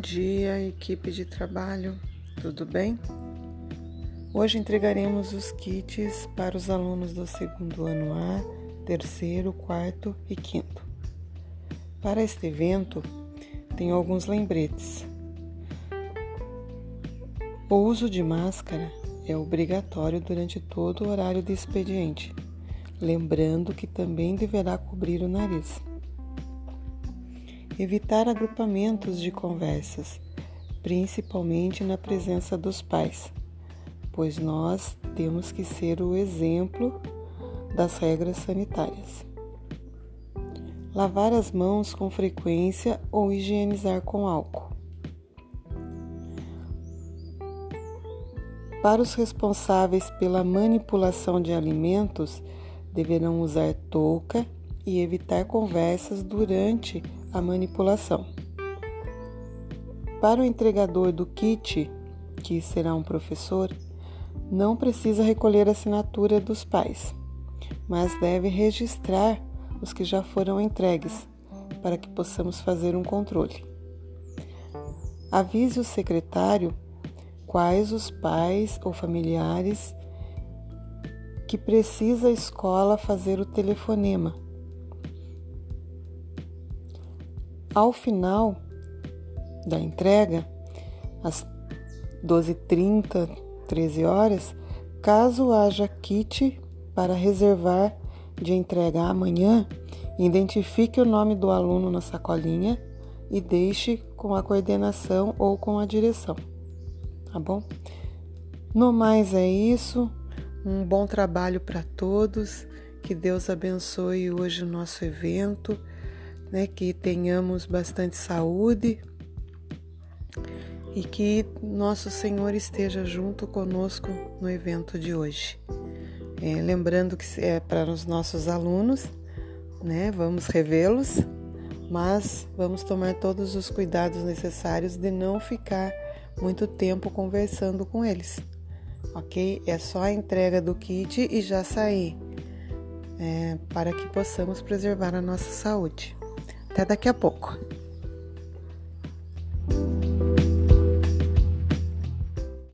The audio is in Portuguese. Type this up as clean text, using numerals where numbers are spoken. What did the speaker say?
dia, equipe de trabalho, tudo bem? Hoje entregaremos os kits para os alunos do segundo ano A, terceiro, quarto e quinto. Para este evento, tem alguns lembretes. O uso de máscara é obrigatório durante todo o horário de expediente, lembrando que também deverá cobrir o nariz. Evitar agrupamentos de conversas, principalmente na presença dos pais, pois nós temos que ser o exemplo das regras sanitárias. Lavar as mãos com frequência ou higienizar com álcool. Para os responsáveis pela manipulação de alimentos, deverão usar touca e evitar conversas durante a manipulação. Para o entregador do kit, que será um professor, não precisa recolher a assinatura dos pais, mas deve registrar os que já foram entregues, para que possamos fazer um controle. Avise o secretário quais os pais ou familiares que precisa a escola fazer o telefonema. Ao final da entrega, às 12h30, 13h, caso haja kit para reservar de entrega amanhã, identifique o nome do aluno na sacolinha e deixe com a coordenação ou com a direção, tá bom? No mais é isso, um bom trabalho para todos, que Deus abençoe hoje o nosso evento, que tenhamos bastante saúde e que nosso Senhor esteja junto conosco no evento de hoje. Lembrando que é para os nossos alunos, vamos revê-los, mas vamos tomar todos os cuidados necessários de não ficar muito tempo conversando com eles, ok? É só a entrega do kit e já sair, para que possamos preservar a nossa saúde. Até daqui a pouco.